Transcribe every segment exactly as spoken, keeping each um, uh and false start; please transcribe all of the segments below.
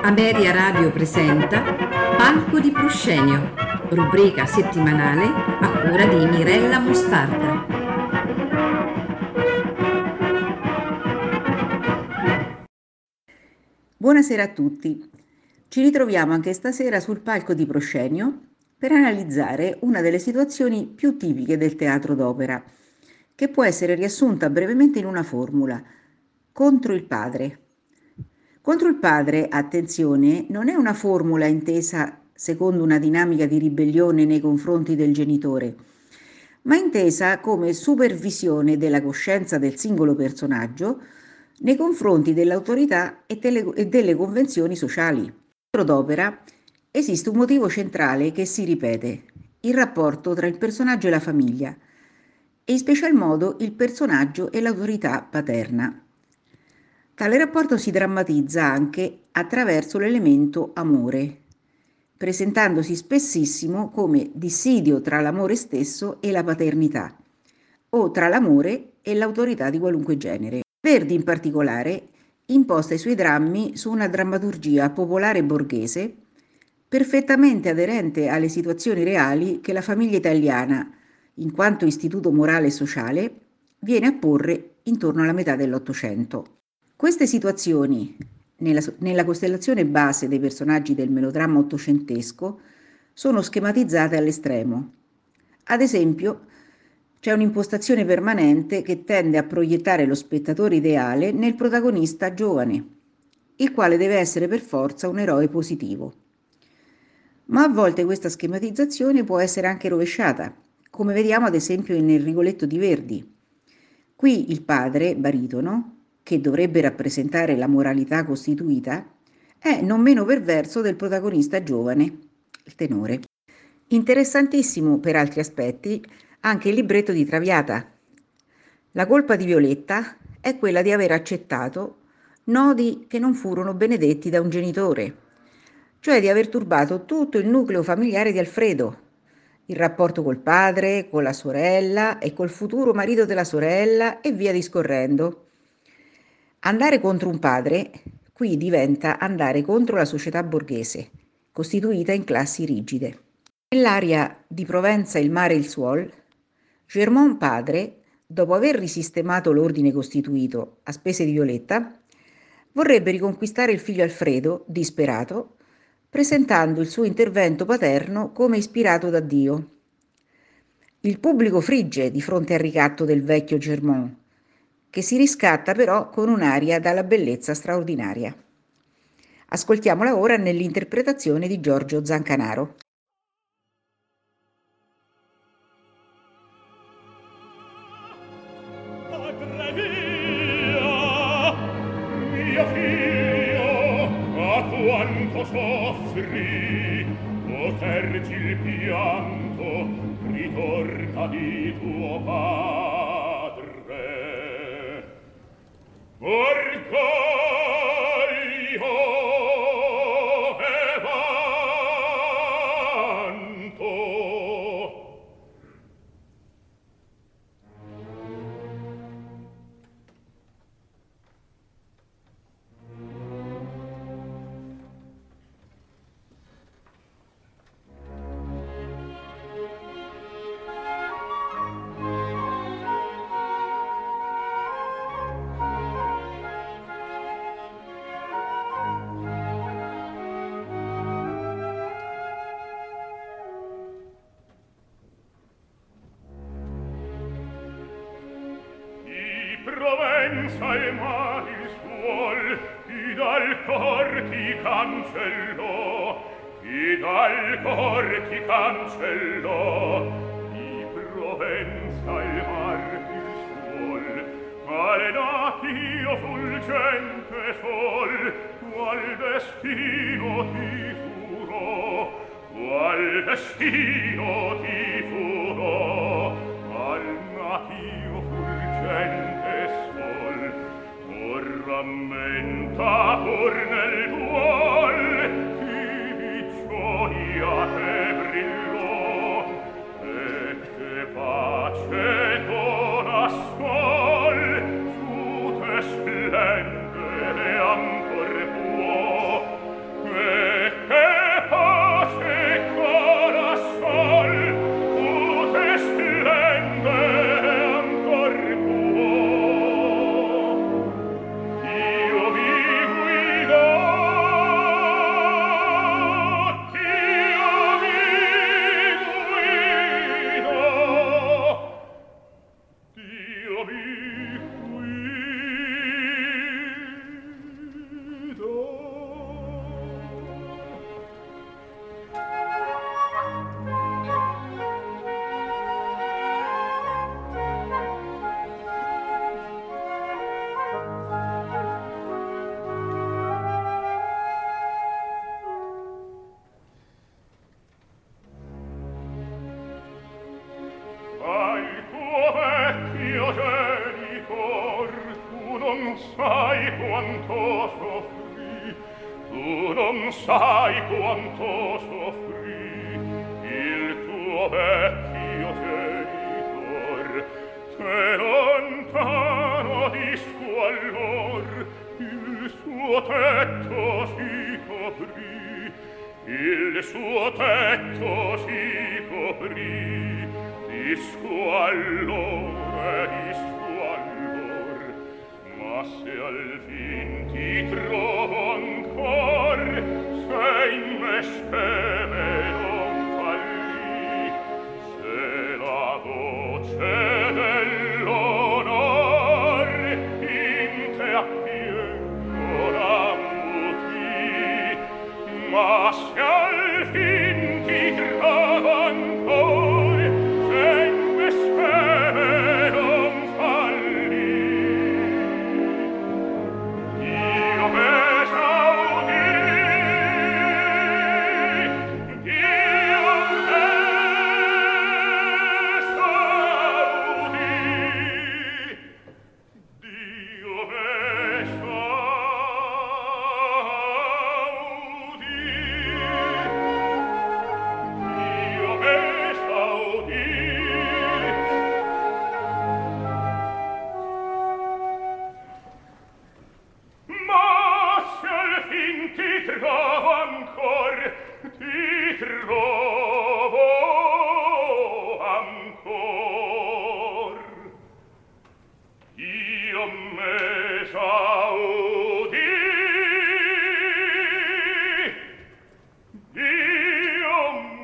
Ameria Radio presenta Palco di Proscenio, rubrica settimanale a cura di Mirella Mostarda. Buonasera a tutti. Ci ritroviamo anche stasera sul palco di Proscenio per analizzare una delle situazioni più tipiche del teatro d'opera, che può essere riassunta brevemente in una formula: contro il padre. Contro il padre, attenzione, non è una formula intesa secondo una dinamica di ribellione nei confronti del genitore, ma intesa come supervisione della coscienza del singolo personaggio nei confronti dell'autorità e delle, e delle convenzioni sociali. Nel teatro d'opera esiste un motivo centrale che si ripete: il rapporto tra il personaggio e la famiglia, e in special modo il personaggio e l'autorità paterna. Tale rapporto si drammatizza anche attraverso l'elemento amore, presentandosi spessissimo come dissidio tra l'amore stesso e la paternità, o tra l'amore e l'autorità di qualunque genere. Verdi, in particolare, imposta i suoi drammi su una drammaturgia popolare borghese, perfettamente aderente alle situazioni reali che la famiglia italiana, in quanto istituto morale e sociale, viene a porre intorno alla metà dell'Ottocento. Queste situazioni, nella, nella costellazione base dei personaggi del melodramma ottocentesco, sono schematizzate all'estremo. Ad esempio, c'è un'impostazione permanente che tende a proiettare lo spettatore ideale nel protagonista giovane, il quale deve essere per forza un eroe positivo. Ma a volte questa schematizzazione può essere anche rovesciata, come vediamo ad esempio nel Rigoletto di Verdi. Qui il padre, baritono, che dovrebbe rappresentare la moralità costituita, è non meno perverso del protagonista giovane, il tenore. Interessantissimo per altri aspetti anche il libretto di Traviata. La colpa di Violetta è quella di aver accettato nodi che non furono benedetti da un genitore, cioè di aver turbato tutto il nucleo familiare di Alfredo, il rapporto col padre, con la sorella e col futuro marito della sorella e via discorrendo. Andare contro un padre qui diventa andare contro la società borghese, costituita in classi rigide. Nell'aria di Provenza il mare e il suol, Germont padre, dopo aver risistemato l'ordine costituito a spese di Violetta, vorrebbe riconquistare il figlio Alfredo, disperato, presentando il suo intervento paterno come ispirato da Dio. Il pubblico frigge di fronte al ricatto del vecchio Germont, che si riscatta però con un'aria dalla bellezza straordinaria. Ascoltiamola ora nell'interpretazione di Giorgio Zancanaro. Quanto soffri, poterti il pianto, ritorna di tuo padre. Orgoglio e vanto. Provenza e mare il suol, chi dal cor ti cancellò, chi dal cor ti cancellò. Di Provenza e mare il suol, quale natio fulgente sol, qual destino ti furò, qual destino ti furò, al natio fulgente rammenta pur nel duol chi gioia te brillò e che pace dona sol su te splendere ancor può mio genitor, tu non sai quanto soffrì, tu non sai quanto soffrì il tuo vecchio genitor, che lontano di squallor il suo tetto si coprì, il suo tetto si coprì di squallore, di squallor. Ma se al fin ti trovo ancor, se in me speme non fallì, se la voce dell'onor in te appieno l'ammutì, ma se al fin ti trovo ancor, se in me speme non fallì, io m'esaudì, io m'esaudì, Dio m'esaudì, Dio m'esaudì. Ma se al fin ti trovo ancor, ti trovo ancor, io m'esaudì, io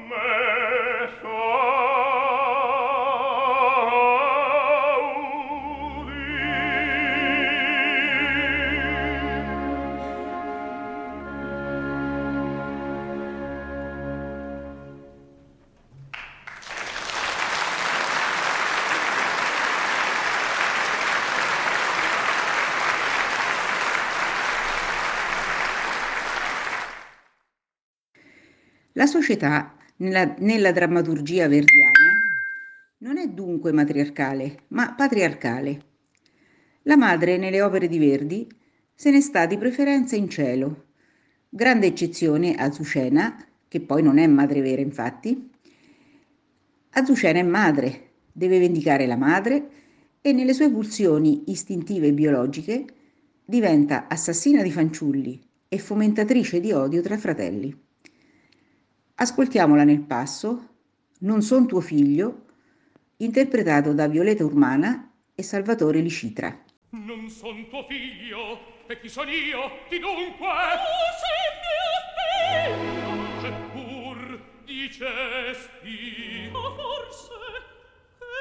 La società, nella, nella drammaturgia verdiana, non è dunque matriarcale, ma patriarcale. La madre, nelle opere di Verdi, se ne sta di preferenza in cielo. Grande eccezione Azucena, che poi non è madre vera infatti. Azucena è madre, deve vendicare la madre e nelle sue pulsioni istintive e biologiche diventa assassina di fanciulli e fomentatrice di odio tra fratelli. Ascoltiamola nel passo Non son tuo figlio, interpretato da Violeta Urmana e Salvatore Licitra. Non son tuo figlio, e chi son io, di dunque? Tu sei mio figlio! Eppur dicesti, Ma forse che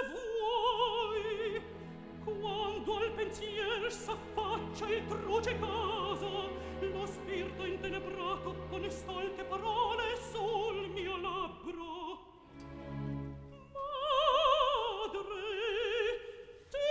vuoi? Quando al pensier s'affaccia il truce caso, lo spirito intenebrato con estolte parole sul mio labbro. Madre, te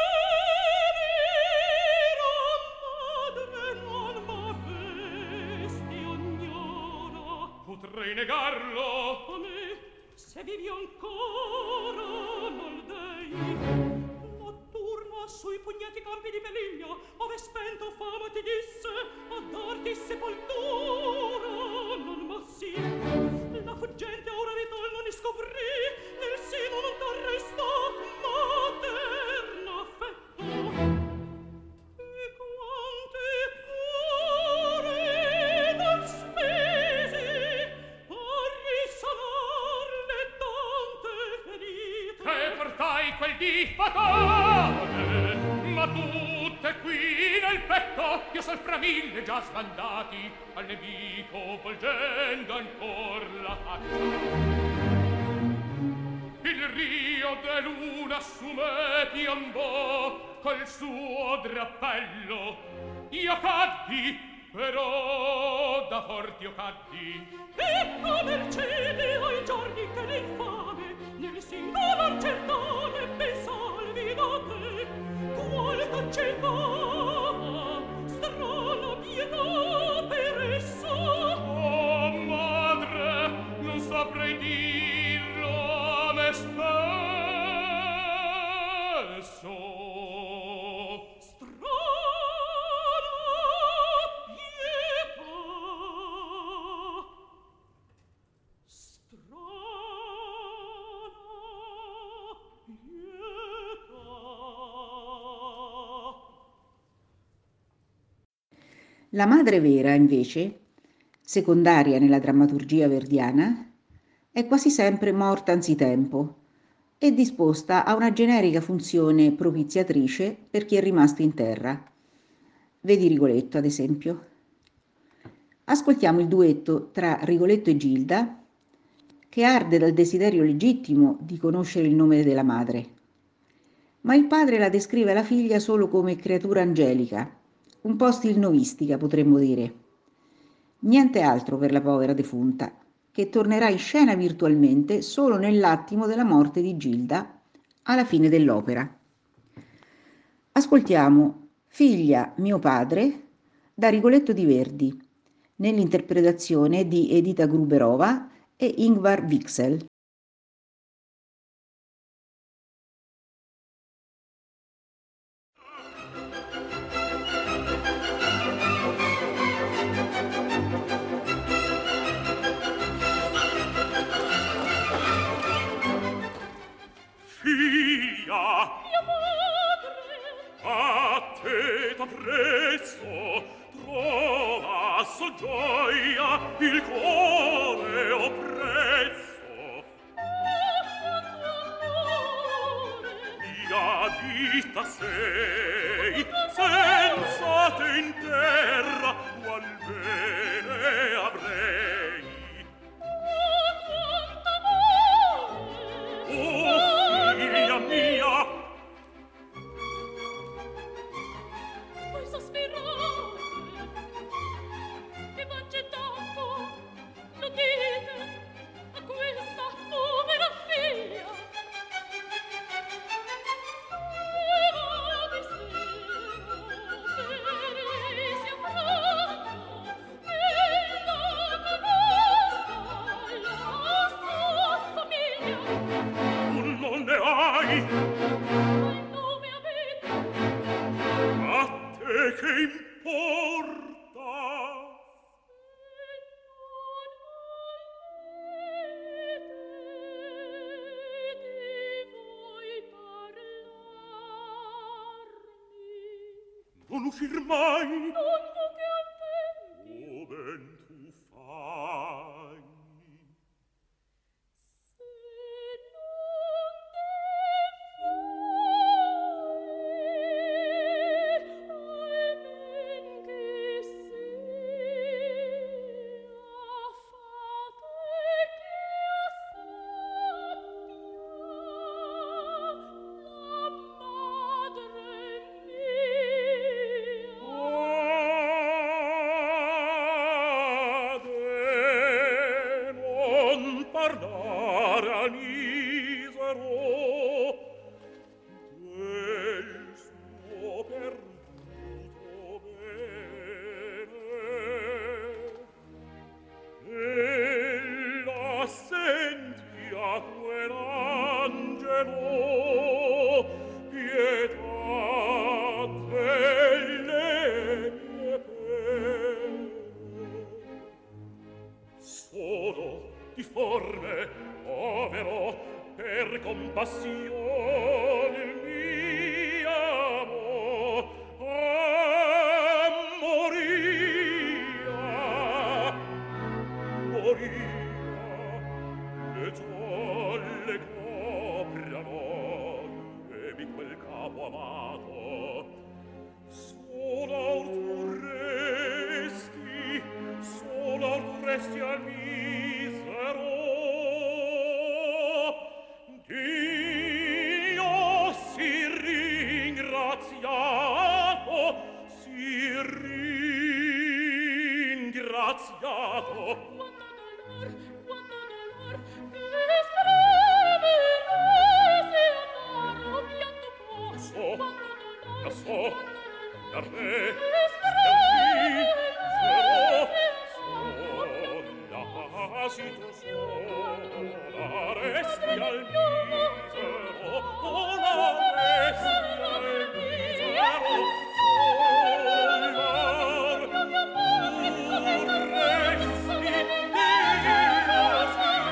miro, madre, non m'avesti ognora. potrei negarlo. A me, se vivi ancora, non dei. Notturna sui pugneti campi di Peligna, ove spento fama ti disse a darti sepoltura, non massi. La fuggente ora vital non iscovrì, nel seno non t'arresta materno affetto. E quante cure non spesi a risanar le tante ferite. E portai quel di fatale, ma tutte qui nel petto io sol fra mille già sbandati al nemico volgendo ancor la faccia. Il rio de luna su me piombò col suo drappello. Io caddi, però da forti io caddi. Ecco mercede ai giorni che l'infame nel singolo certame ben salvi da te. Qual t'accecava strana pietà per esso? Oh madre, non saprei dirlo a me stesso. La madre vera, invece, secondaria nella drammaturgia verdiana, è quasi sempre morta anzitempo e disposta a una generica funzione propiziatrice per chi è rimasto in terra. Vedi Rigoletto, ad esempio. Ascoltiamo il duetto tra Rigoletto e Gilda, che arde dal desiderio legittimo di conoscere il nome della madre. Ma il padre la descrive alla figlia solo come creatura angelica, un po' stilnovistica potremmo dire. Niente altro per la povera defunta, che tornerà in scena virtualmente solo nell'attimo della morte di Gilda, alla fine dell'opera. Ascoltiamo Figlia, mio padre, da Rigoletto di Verdi, nell'interpretazione di Edita Gruberova e Ingvar Wixel. Figlia, mia madre, a te t'appresso, trova soggioia il cuore oppresso. Mia vita sei, senza te in terra, qual bene avrei. Oh, figlia mia, voi sospirate, che mangi troppo, lo dite a questa povera figlia. Sera di sera, per sia franca, e la conosca la sua famiglia. tu non ne hai, Qual nome avete? a te che importa? Non uscir mai, oh ben tu fai. Ade, non parlare al misero del suo perduto bene. Ella sentia quell'angelo pietà delle mie pene. Solo difforme, povero, per compassione mia mo a moria, moria, le zolle copriano e mi quel capo amato. Sola tu resti, sola tu resti al misero. Dio si ringraziato, si ringraziato. Quanto dolor, quanto dolor, che esprime rose amaro pianto può. So, Quanto dolor, la so, quanto la dolor, re, che esprime rose sola, asito sola, resti al misero, sola, resti al misero, sola, tu resti, Dio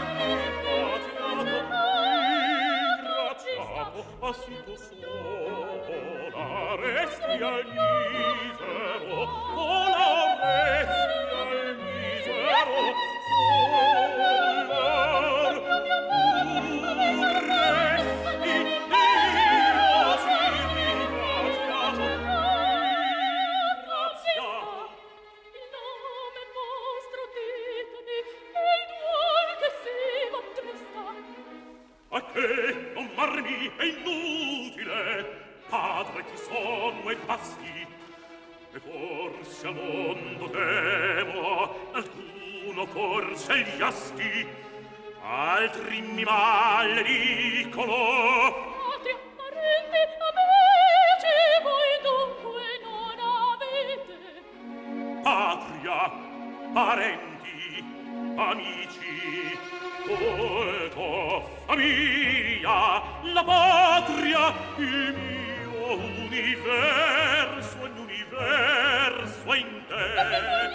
si ringraziato, asito sola, resti al misero, sola, Altri mi maledicono. Altri parenti amici voi dunque non avete. Patria, parenti, amici, colto, famiglia, la patria, il mio universo, un universo in te.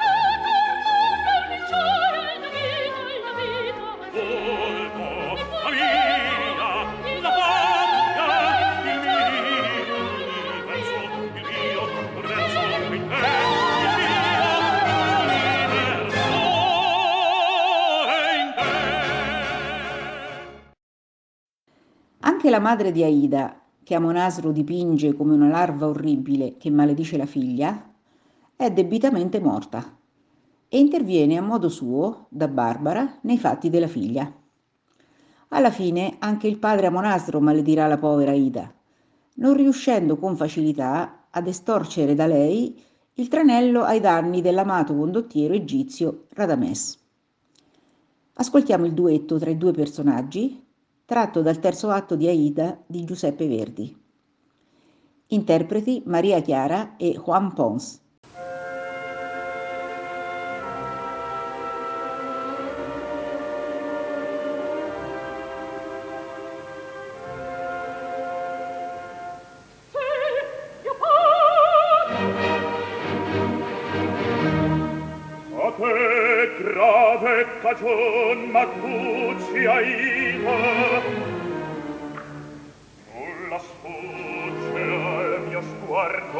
Anche la madre di Aida, che Amonasro dipinge come una larva orribile che maledice la figlia, è debitamente morta e interviene a modo suo, da Barbara, nei fatti della figlia. Alla fine anche il padre Amonasro maledirà la povera Aida, non riuscendo con facilità ad estorcere da lei il tranello ai danni dell'amato condottiero egizio Radames. Ascoltiamo il duetto tra i due personaggi, tratto dal terzo atto di Aida di Giuseppe Verdi. Interpreti Maria Chiara e Juan Pons. Grave cagion m'accucci Aida, nulla sfugge al mio sguardo,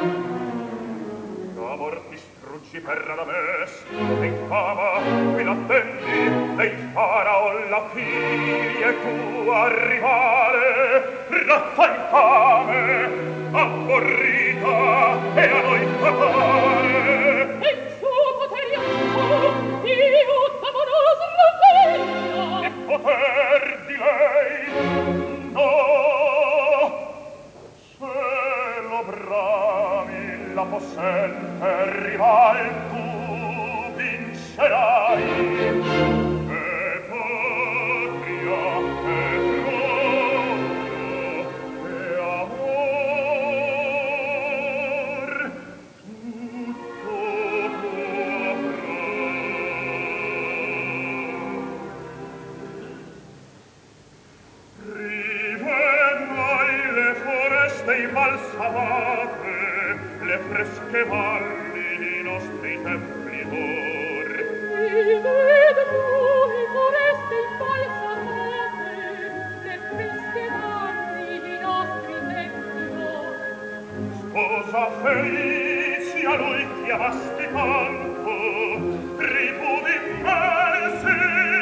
d'amor ti struggi per Radames, e infama qui l'attendi, dei faraon la figlia e tua rivale, razza infame, abborrita e a noi fatale. E poter di lei, no, se lo brami la possente rival tu vincerai. E patria, e gloria, e amor, tutto tu avrai. Imbalsamate le fresche valli i nostri templi d'or. Rived voi foreste imbalsamate le fresche valli i nostri templi d'or. Sposa felici a lui chiamasti tanto, ripudi immensi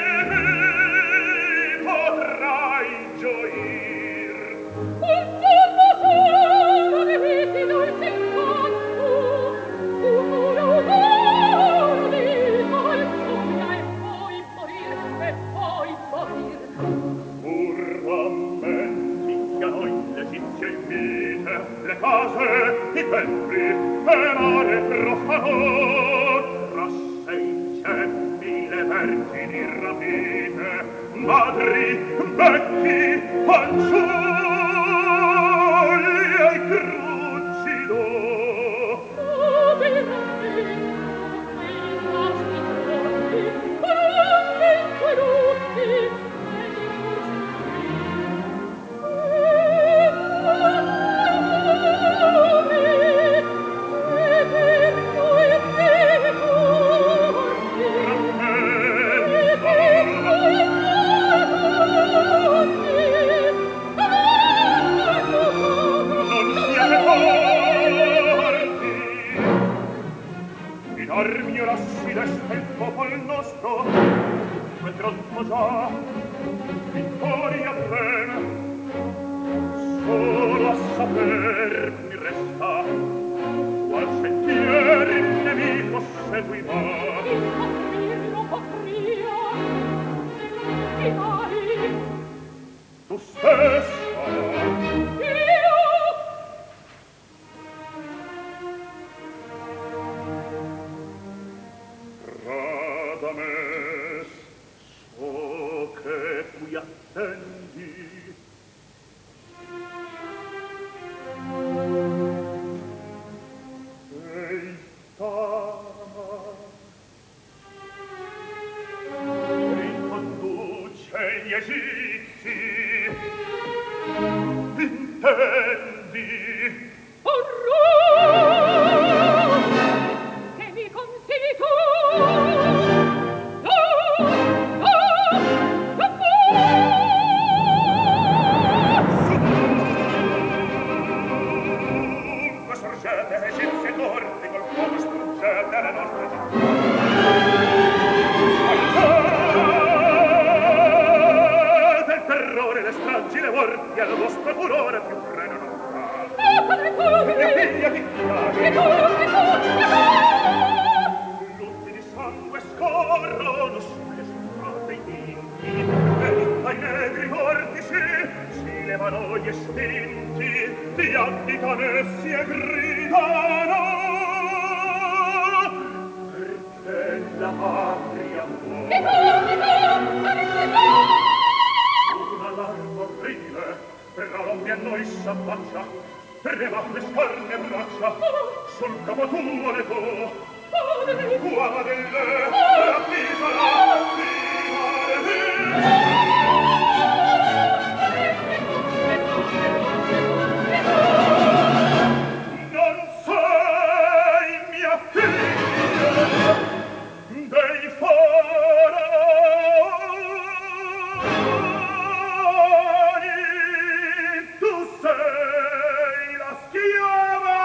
potrai gioir. Un giorno solo di viti dolci incanto, un auguro di fortuna e poi morir, e poi morir. Pur rammenti che a noi l'Egizio invite le case, i templi e mare profano, tra sei ceppi le vergini rapite, madri, vecchi, fanciulli e crucido. Oh, veramente, quei nostri corpi, veramente incorrotti, e di Rammenta saper mi resta qual sentier il nemico seguirà. Il patria, chi mai? Tu stessa. Io? Radames, so che qui attendi. Ehi, dama, riconduce gli egizi, intendi? Orrore! Che mi consigli tu? Tu! Tu! Tu! Dunque sorgete egizie corti, col fuoco struggete le nostre città. Saltate il terrore, le stragi, le morti, al vostro furore più freno non fa. Ah, padre tu! Mia figlia ti piace. E tu! E tu! Lutti di sangue scorrono sulle strade i tinti, e dai negri vortici si levano gli estinti, ti additano e si gridano, perché la patria muore. E tu! E tu! E tu! Una larva orribile, però l'ombra a noi s'abbaccia, tremate scarne e braccia, sul capo tuo le tu. Guardelle, ravvisala, vivare non sei mia figlia, dei faraoni, tu sei la schiava.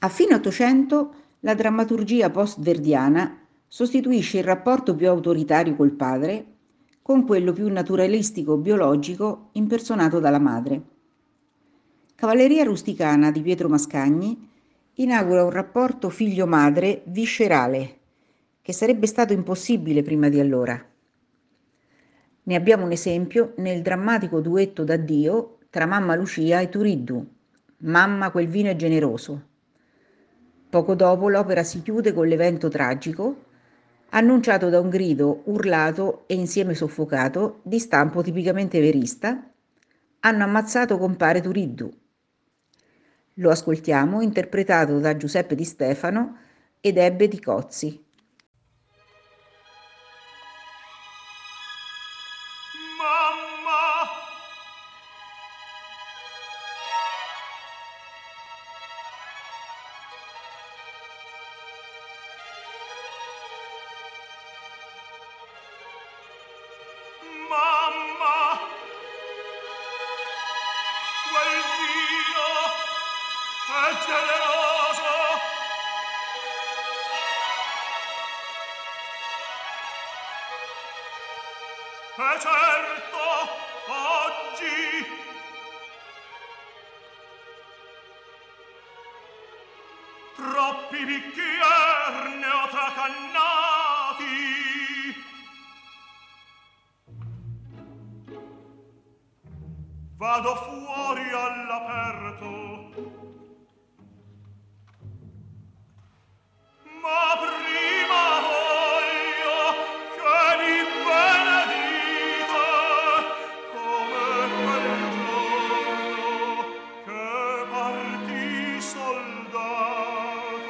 A fine Ottocento la drammaturgia post-verdiana sostituisce il rapporto più autoritario col padre con quello più naturalistico biologico impersonato dalla madre. Cavalleria rusticana di Pietro Mascagni inaugura un rapporto figlio-madre viscerale che sarebbe stato impossibile prima di allora. Ne abbiamo un esempio nel drammatico duetto d'addio tra Mamma Lucia e Turiddu, Mamma quel vino è generoso. Poco dopo l'opera si chiude con l'evento tragico, annunciato da un grido urlato e insieme soffocato, di stampo tipicamente verista: hanno ammazzato compare Turiddu. Lo ascoltiamo interpretato da Giuseppe Di Stefano ed Ebbe Di Cozzi. E certo, oggi troppi bicchier ne ho tracannati. Vado fuori all'aperto, ma prima voglio che mi benedite come quel giorno che partì soldato.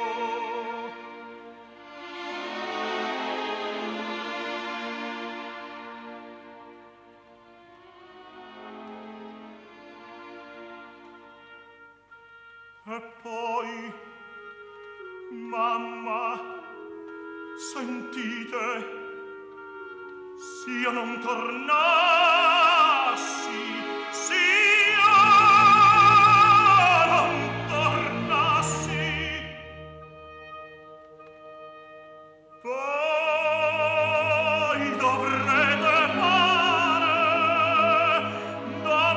E poi, mamma, sentite, s'io non tornassi, s'io non tornassi, voi dovrete fare da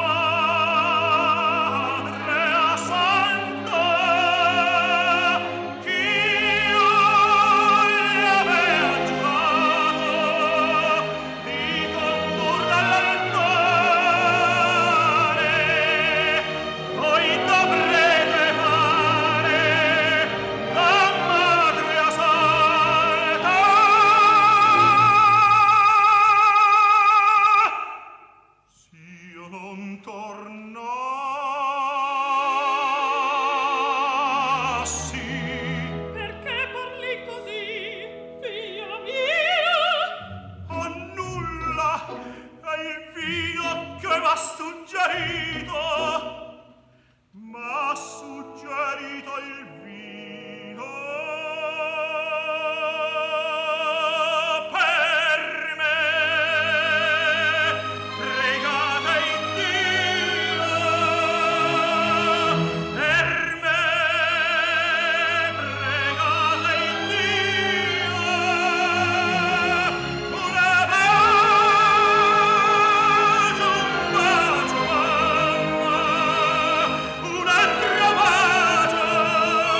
madre a santa ch'io gli avea giurato di condurre all'altare. Voi dovrete fare da madre a santa s'io non tornassi. Perché parli così, figlia mia? A nulla, è il vino che m'ha suggerito, m'ha suggerito il vino per me. Pregate Iddio per me, pregate Iddio. Una bacio, un bacio, mamma, un altro bacio.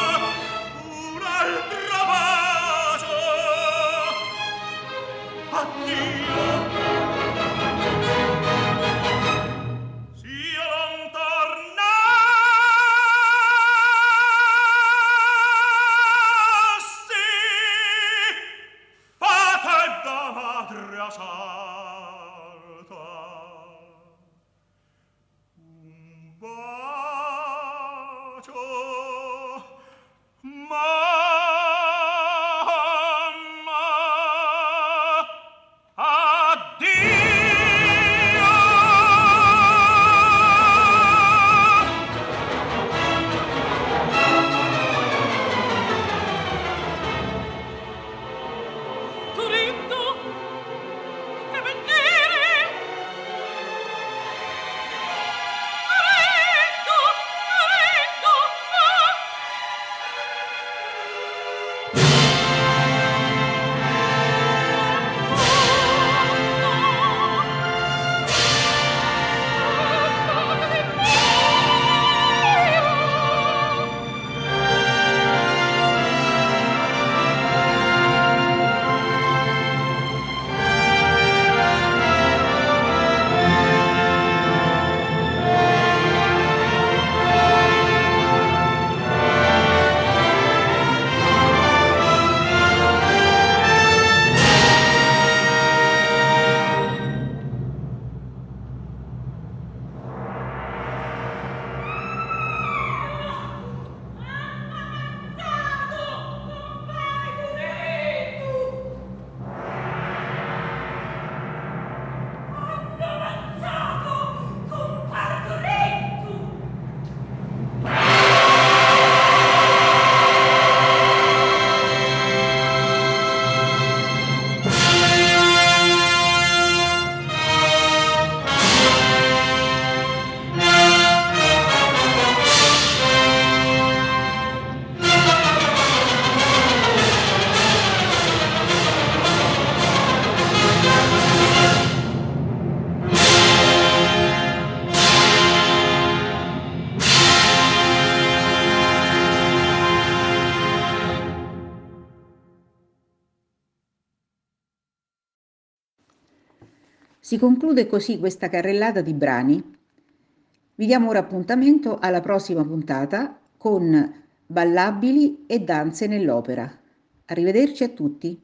Si conclude così questa carrellata di brani. Vi diamo ora appuntamento alla prossima puntata con ballabili e danze nell'opera. Arrivederci a tutti.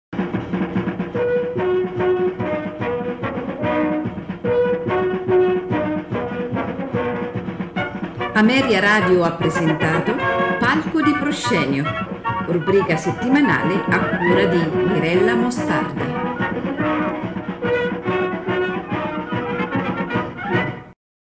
Ameria Radio ha presentato Palco di Proscenio, rubrica settimanale a cura di Mirella Mostardi.